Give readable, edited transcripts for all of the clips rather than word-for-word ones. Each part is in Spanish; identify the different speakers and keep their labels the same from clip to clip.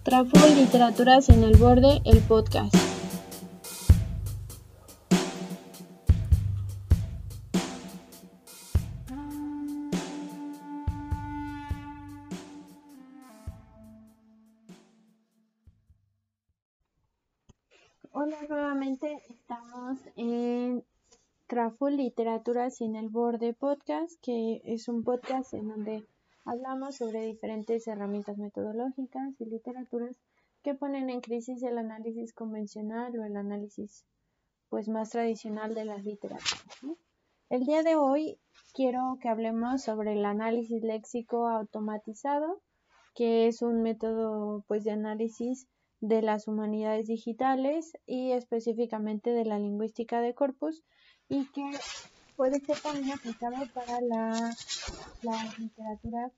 Speaker 1: Traful Literaturas en el Borde, el podcast. Hola, nuevamente estamos en Traful Literaturas en el Borde podcast, que es un podcast en donde hablamos sobre diferentes herramientas metodológicas y literaturas que ponen en crisis el análisis convencional o el análisis más tradicional de las literaturas, ¿no? El día de hoy quiero que hablemos sobre el análisis léxico automatizado, que es un método de análisis de las humanidades digitales y específicamente de la lingüística de corpus, y que puede ser también aplicado para la literatura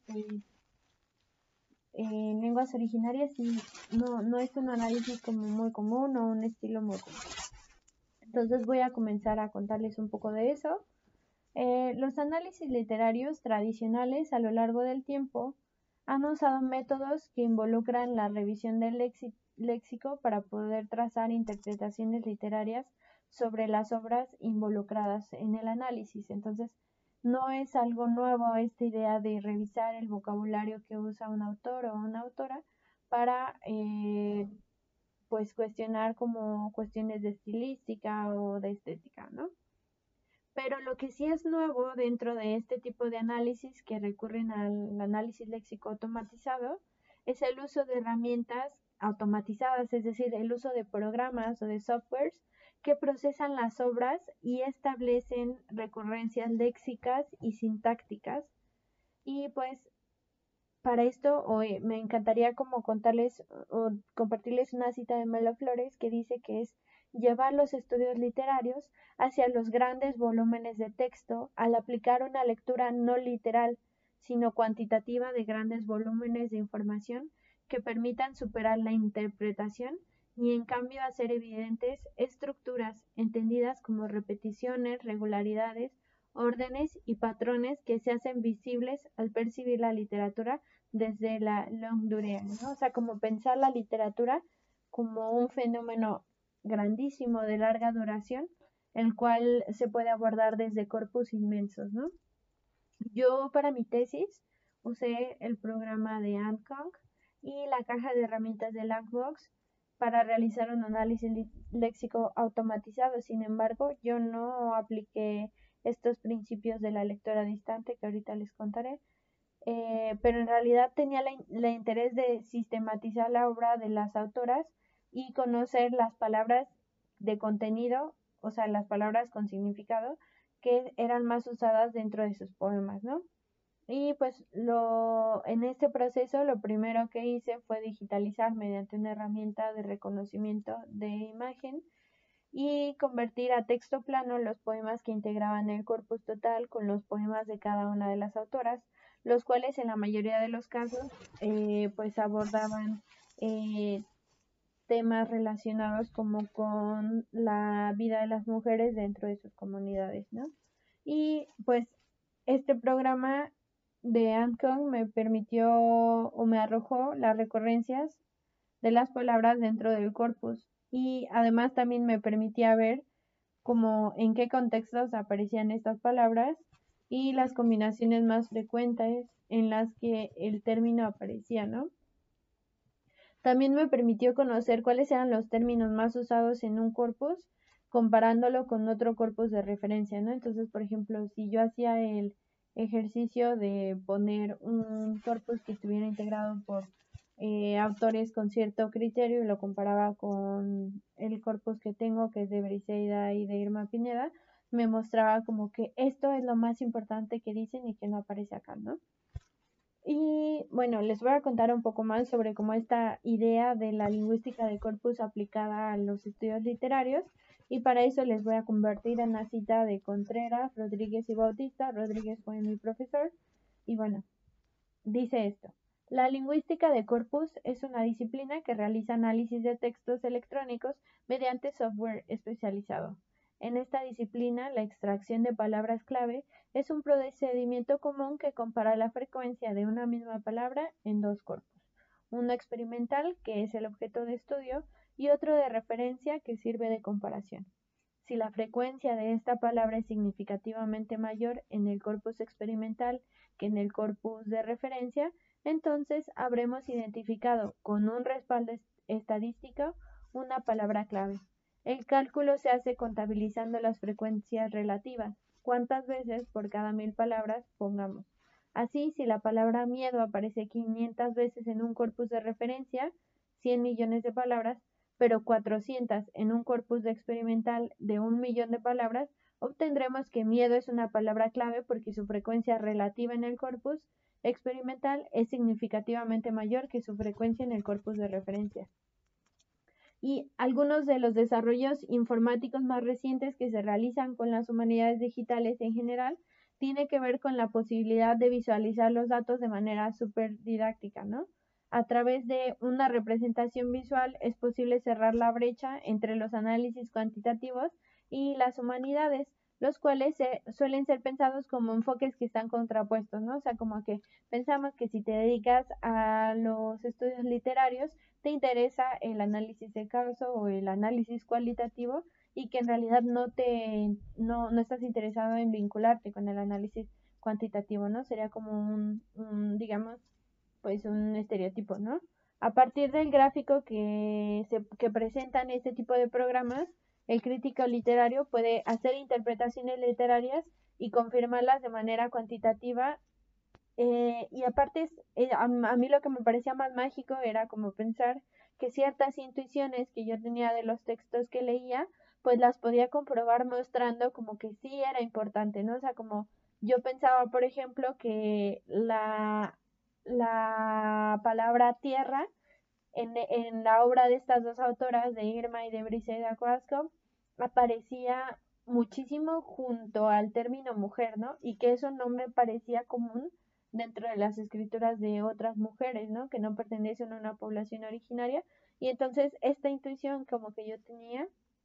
Speaker 1: en lenguas originarias, y no es un análisis como muy común o un estilo muy común. Entonces voy a comenzar a contarles un poco de eso. Los análisis literarios tradicionales a lo largo del tiempo han usado métodos que involucran la revisión del léxico para poder trazar interpretaciones literarias sobre las obras involucradas en el análisis. Entonces, no es algo nuevo esta idea de revisar el vocabulario que usa un autor o una autora para cuestionar como cuestiones de estilística o de estética, ¿no? Pero lo que sí es nuevo dentro de este tipo de análisis que recurren al análisis léxico automatizado es el uso de herramientas automatizadas, es decir, el uso de programas o de softwares que procesan las obras y establecen recurrencias léxicas y sintácticas. Y para esto hoy me encantaría como contarles o compartirles una cita de Melo Flores que dice que es llevar los estudios literarios hacia los grandes volúmenes de texto al aplicar una lectura no literal, sino cuantitativa de grandes volúmenes de información que permitan superar la interpretación y en cambio hacer evidentes estructuras entendidas como repeticiones, regularidades, órdenes y patrones que se hacen visibles al percibir la literatura desde la longue durée, ¿no? O sea, como pensar la literatura como un fenómeno grandísimo de larga duración, el cual se puede abordar desde corpus inmensos, ¿no? Yo para mi tesis usé el programa de Hancock y la caja de herramientas de Langbox para realizar un análisis léxico automatizado. Sin embargo, yo no apliqué estos principios de la lectura distante que ahorita les contaré, pero en realidad tenía la interés de sistematizar la obra de las autoras y conocer las palabras de contenido, o sea, las palabras con significado que eran más usadas dentro de sus poemas, ¿no? Y en este proceso lo primero que hice fue digitalizar mediante una herramienta de reconocimiento de imagen y convertir a texto plano los poemas que integraban el corpus total con los poemas de cada una de las autoras, los cuales en la mayoría de los casos abordaban temas relacionados como con la vida de las mujeres dentro de sus comunidades, ¿no? Y este programa de Ancon me permitió o me arrojó las recurrencias de las palabras dentro del corpus, y además también me permitía ver como en qué contextos aparecían estas palabras y las combinaciones más frecuentes en las que el término aparecía, ¿no? También me permitió conocer cuáles eran los términos más usados en un corpus comparándolo con otro corpus de referencia, ¿no? Entonces, por ejemplo, si yo hacía el ejercicio de poner un corpus que estuviera integrado por autores con cierto criterio y lo comparaba con el corpus que tengo, que es de Briseida y de Irma Pineda, me mostraba como que esto es lo más importante que dicen y que no aparece acá, ¿no? Y bueno, les voy a contar un poco más sobre cómo esta idea de la lingüística de corpus aplicada a los estudios literarios, y para eso les voy a convertir en la cita de Contreras, Rodríguez y Bautista. Rodríguez fue mi profesor, y bueno, dice esto: la lingüística de corpus es una disciplina que realiza análisis de textos electrónicos mediante software especializado. En esta disciplina, la extracción de palabras clave es un procedimiento común que compara la frecuencia de una misma palabra en dos corpus. uno experimental, que es el objeto de estudio, y otro de referencia, que sirve de comparación. Si la frecuencia de esta palabra es significativamente mayor en el corpus experimental que en el corpus de referencia, entonces habremos identificado con un respaldo estadístico una palabra clave. El cálculo se hace contabilizando las frecuencias relativas, cuántas veces por cada 1000 palabras pongamos. Así, si la palabra miedo aparece 500 veces en un corpus de referencia, 100 millones de palabras, pero 400 en un corpus de experimental de 1.000.000 de palabras, obtendremos que miedo es una palabra clave porque su frecuencia relativa en el corpus experimental es significativamente mayor que su frecuencia en el corpus de referencia. Y algunos de los desarrollos informáticos más recientes que se realizan con las humanidades digitales en general tiene que ver con la posibilidad de visualizar los datos de manera súper didáctica, ¿no? A través de una representación visual es posible cerrar la brecha entre los análisis cuantitativos y las humanidades, los cuales suelen ser pensados como enfoques que están contrapuestos, ¿no? O sea, como que pensamos que si te dedicas a los estudios literarios, te interesa el análisis de caso o el análisis cualitativo y que en realidad no estás interesado en vincularte con el análisis cuantitativo, ¿no? Sería como digamos, pues un estereotipo, ¿no? A partir del gráfico que presentan este tipo de programas, el crítico literario puede hacer interpretaciones literarias y confirmarlas de manera cuantitativa. Y aparte, a mí lo que me parecía más mágico era como pensar que ciertas intuiciones que yo tenía de los textos que leía, pues las podía comprobar mostrando como que sí era importante, ¿no? O sea, como yo pensaba, por ejemplo, que la palabra tierra en la obra de estas dos autoras, de Irma y de Briseida Quasco, aparecía muchísimo junto al término mujer, ¿no? Y que eso no me parecía común dentro de las escrituras de otras mujeres, ¿no? Que no pertenecen a una población originaria. Y entonces esta intuición como que yo tenía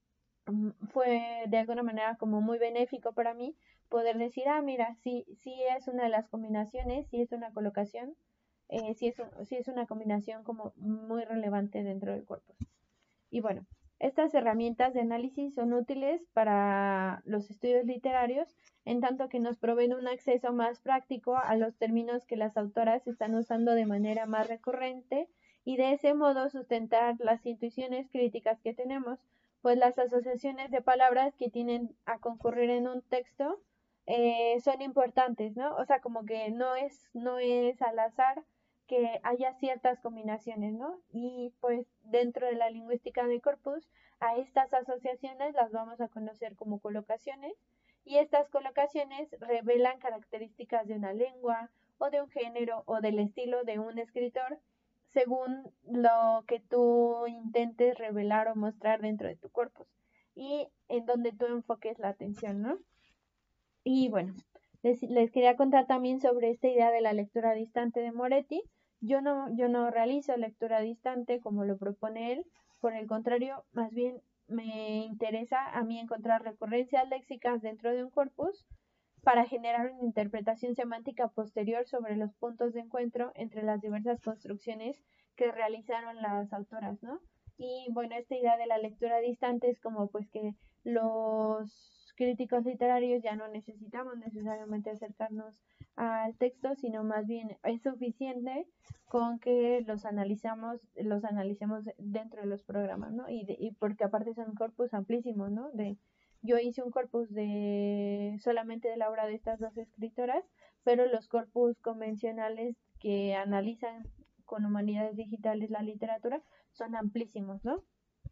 Speaker 1: fue de alguna manera como muy benéfico para mí poder decir, ah, mira, sí es una de las combinaciones, sí es una colocación, sí es una combinación como muy relevante dentro del corpus. Y bueno, estas herramientas de análisis son útiles para los estudios literarios en tanto que nos proveen un acceso más práctico a los términos que las autoras están usando de manera más recurrente y de ese modo sustentar las intuiciones críticas que tenemos, pues las asociaciones de palabras que tienen a concurrir en un texto son importantes, ¿no? O sea, como que no es al azar que haya ciertas combinaciones, ¿no? Y pues dentro de la lingüística de corpus, a estas asociaciones las vamos a conocer como colocaciones y estas colocaciones revelan características de una lengua o de un género o del estilo de un escritor según lo que tú intentes revelar o mostrar dentro de tu corpus y en donde tú enfoques la atención, ¿no? Y bueno, les quería contar también sobre esta idea de la lectura distante de Moretti. Yo no realizo lectura distante como lo propone él, por el contrario, más bien me interesa a mí encontrar recurrencias léxicas dentro de un corpus para generar una interpretación semántica posterior sobre los puntos de encuentro entre las diversas construcciones que realizaron las autoras, ¿no? Y bueno, esta idea de la lectura distante es como pues que los críticos literarios ya no necesitamos necesariamente acercarnos al texto, sino más bien es suficiente con que los analicemos dentro de los programas, ¿no? Y porque aparte son corpus amplísimos, ¿no? Yo hice un corpus solamente de la obra de estas dos escritoras, pero los corpus convencionales que analizan con humanidades digitales la literatura son amplísimos, ¿no?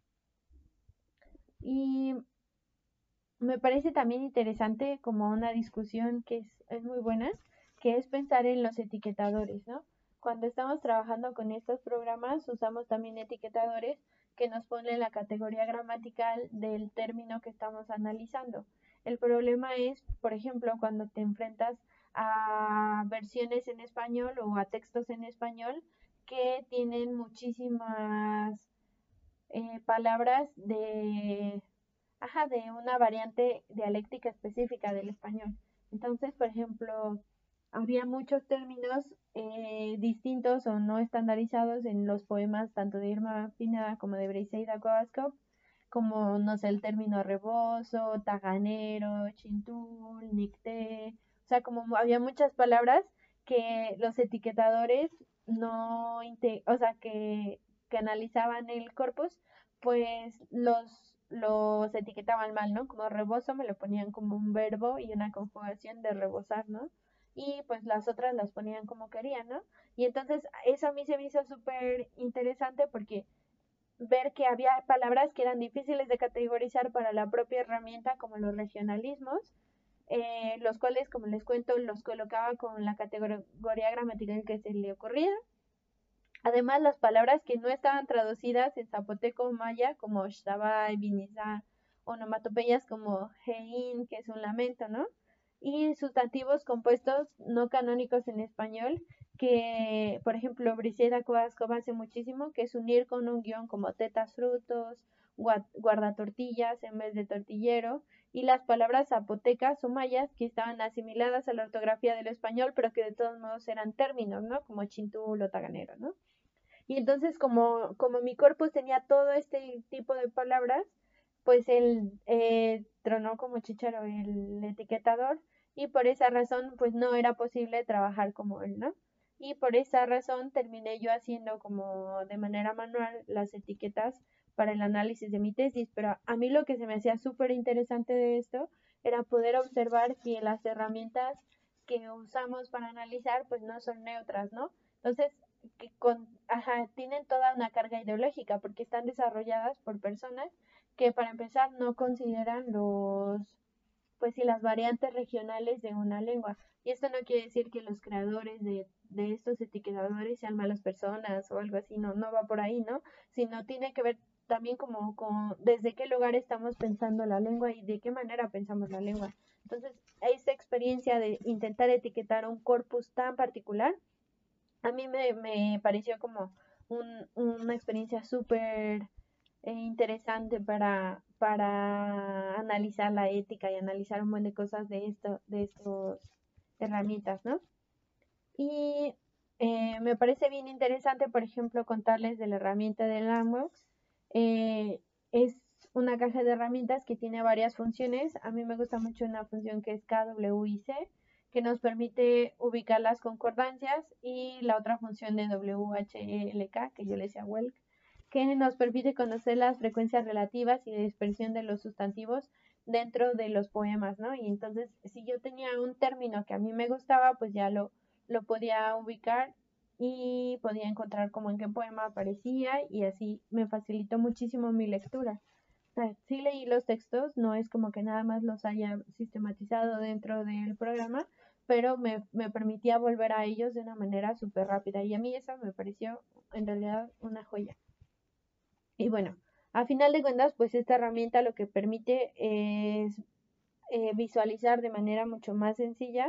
Speaker 1: Y me parece también interesante como una discusión que es muy buena, que es pensar en los etiquetadores, ¿no? Cuando estamos trabajando con estos programas usamos también etiquetadores que nos ponen la categoría gramatical del término que estamos analizando. El problema es, por ejemplo, cuando te enfrentas a versiones en español o a textos en español que tienen muchísimas palabras de una variante dialéctica específica del español. Entonces, por ejemplo, había muchos términos distintos o no estandarizados en los poemas tanto de Irma Pineda como de Briseida Coascop, como, no sé, el término rebozo, taganero, chintul, nicté, o sea, como había muchas palabras que los etiquetadores no, o sea, que analizaban el corpus, pues los etiquetaban mal, ¿no? Como rebozo me lo ponían como un verbo y una conjugación de rebosar, ¿no? Y pues las otras las ponían como querían, ¿no? Y entonces eso a mí se me hizo súper interesante porque ver que había palabras que eran difíciles de categorizar para la propia herramienta, como los regionalismos, los cuales, como les cuento, los colocaba con la categoría gramatical que se le ocurría. Además, las palabras que no estaban traducidas en zapoteco o maya, como shtabay, binizá, onomatopeyas como hein, que es un lamento, ¿no? Y sustantivos compuestos no canónicos en español, que, por ejemplo, Briseida Coascova hace muchísimo, que es unir con un guión como tetas frutos, guarda tortillas en vez de tortillero, y las palabras zapotecas o mayas que estaban asimiladas a la ortografía del español, pero que de todos modos eran términos, ¿no? Como chintul o taganero, ¿no? Y entonces como mi corpus tenía todo este tipo de palabras, pues él tronó como chicharo el etiquetador y por esa razón pues no era posible trabajar como él, ¿no? Y por esa razón terminé yo haciendo como de manera manual las etiquetas para el análisis de mi tesis, pero a mí lo que se me hacía súper interesante de esto era poder observar que las herramientas que usamos para analizar pues no son neutras, ¿no? Entonces, tienen toda una carga ideológica porque están desarrolladas por personas que para empezar no consideran pues sí, las variantes regionales de una lengua. Y esto no quiere decir que los creadores de estos etiquetadores sean malas personas o algo así, no va por ahí, ¿no? Sino tiene que ver también como con desde qué lugar estamos pensando la lengua y de qué manera pensamos la lengua. Entonces, esta experiencia de intentar etiquetar un corpus tan particular a mí me pareció como una experiencia súper interesante para analizar la ética y analizar un buen de cosas de estos herramientas, ¿no? Y me parece bien interesante, por ejemplo, contarles de la herramienta de Landbox. Es una caja de herramientas que tiene varias funciones. A mí me gusta mucho una función que es KWIC, que nos permite ubicar las concordancias, y la otra función de WHLK, que yo le decía WELK, que nos permite conocer las frecuencias relativas y de dispersión de los sustantivos dentro de los poemas, ¿no? Y entonces, si yo tenía un término que a mí me gustaba, pues ya lo podía ubicar y podía encontrar como en qué poema aparecía, y así me facilitó muchísimo mi lectura. O sea, sí leí los textos, no es como que nada más los haya sistematizado dentro del programa, pero me permitía volver a ellos de una manera súper rápida y a mí eso me pareció en realidad una joya. Y bueno, a final de cuentas, pues esta herramienta lo que permite es visualizar de manera mucho más sencilla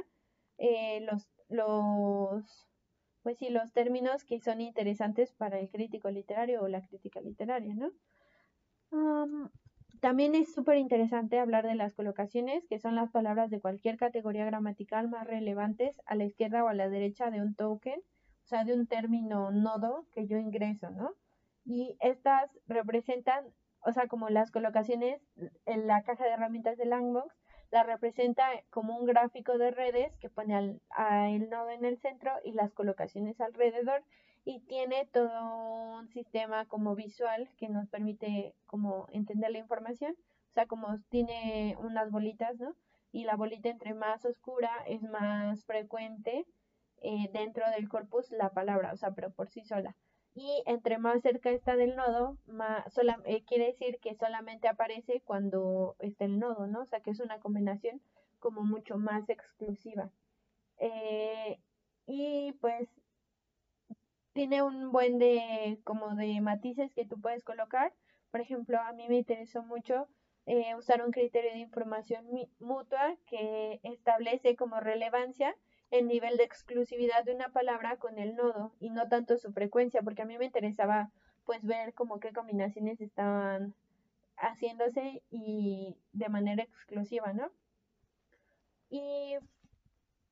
Speaker 1: pues sí, los términos que son interesantes para el crítico literario o la crítica literaria, ¿no? Um, También es súper interesante hablar de las colocaciones, que son las palabras de cualquier categoría gramatical más relevantes a la izquierda o a la derecha de un token, o sea, de un término nodo que yo ingreso, ¿no? Y estas representan, o sea, como las colocaciones en la caja de herramientas de Langbox, la representa como un gráfico de redes que pone el nodo en el centro y las colocaciones alrededor, y tiene todo un sistema como visual que nos permite como entender la información, o sea, como tiene unas bolitas, ¿no? Y la bolita entre más oscura es más frecuente dentro del corpus la palabra, o sea, pero por sí sola. Y entre más cerca está del nodo, quiere decir que solamente aparece cuando está el nodo, ¿no? O sea, que es una combinación como mucho más exclusiva. Eh, y pues tiene un buen de como de matices que tú puedes colocar. Por ejemplo, a mí me interesó mucho usar un criterio de información mutua que establece como relevancia el nivel de exclusividad de una palabra con el nodo y no tanto su frecuencia, porque a mí me interesaba pues ver como qué combinaciones estaban haciéndose y de manera exclusiva, ¿no? Y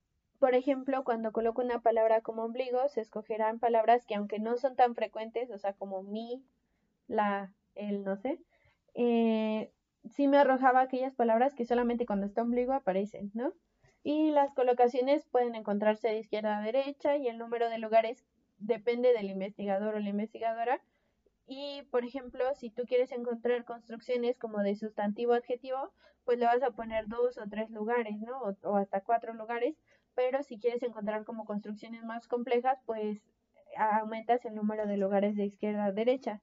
Speaker 1: por ejemplo, cuando coloco una palabra como ombligo, se escogerán palabras que aunque no son tan frecuentes, o sea, como mi, la, el, no sé, sí me arrojaba aquellas palabras que solamente cuando está ombligo aparecen, ¿no? Y las colocaciones pueden encontrarse de izquierda a derecha y el número de lugares depende del investigador o la investigadora. Y, por ejemplo, si tú quieres encontrar construcciones como de sustantivo adjetivo, pues le vas a poner 2 o 3 lugares, ¿no? O hasta 4 lugares. Pero si quieres encontrar como construcciones más complejas, pues aumentas el número de lugares de izquierda a derecha.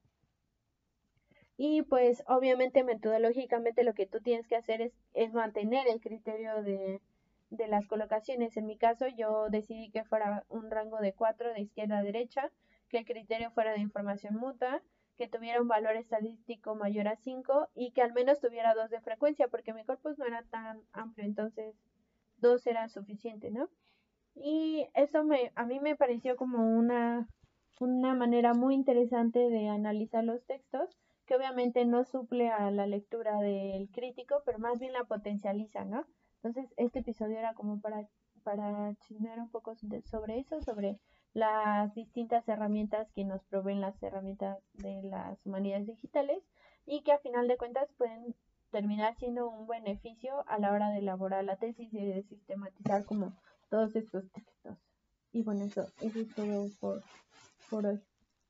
Speaker 1: Y pues obviamente metodológicamente lo que tú tienes que hacer es mantener el criterio de las colocaciones. En mi caso yo decidí que fuera un rango de 4 de izquierda a derecha, que el criterio fuera de información mutua, que tuviera un valor estadístico mayor a 5 y que al menos tuviera 2 de frecuencia, porque mi corpus no era tan amplio, entonces 2 era suficiente, ¿no? Y eso a mí me pareció como una manera muy interesante de analizar los textos, que obviamente no suple a la lectura del crítico, pero más bien la potencializa, ¿no? Entonces, este episodio era como para chismear un poco sobre eso, sobre las distintas herramientas que nos proveen las herramientas de las humanidades digitales y que a final de cuentas pueden terminar siendo un beneficio a la hora de elaborar la tesis y de sistematizar como todos estos textos. Y bueno, eso es todo por hoy.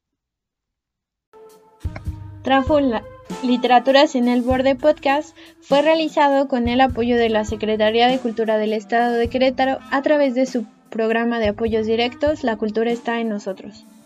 Speaker 1: Traful Literaturas en el Borde Podcast fue realizado con el apoyo de la Secretaría de Cultura del Estado de Querétaro a través de su programa de apoyos directos La Cultura está en nosotros.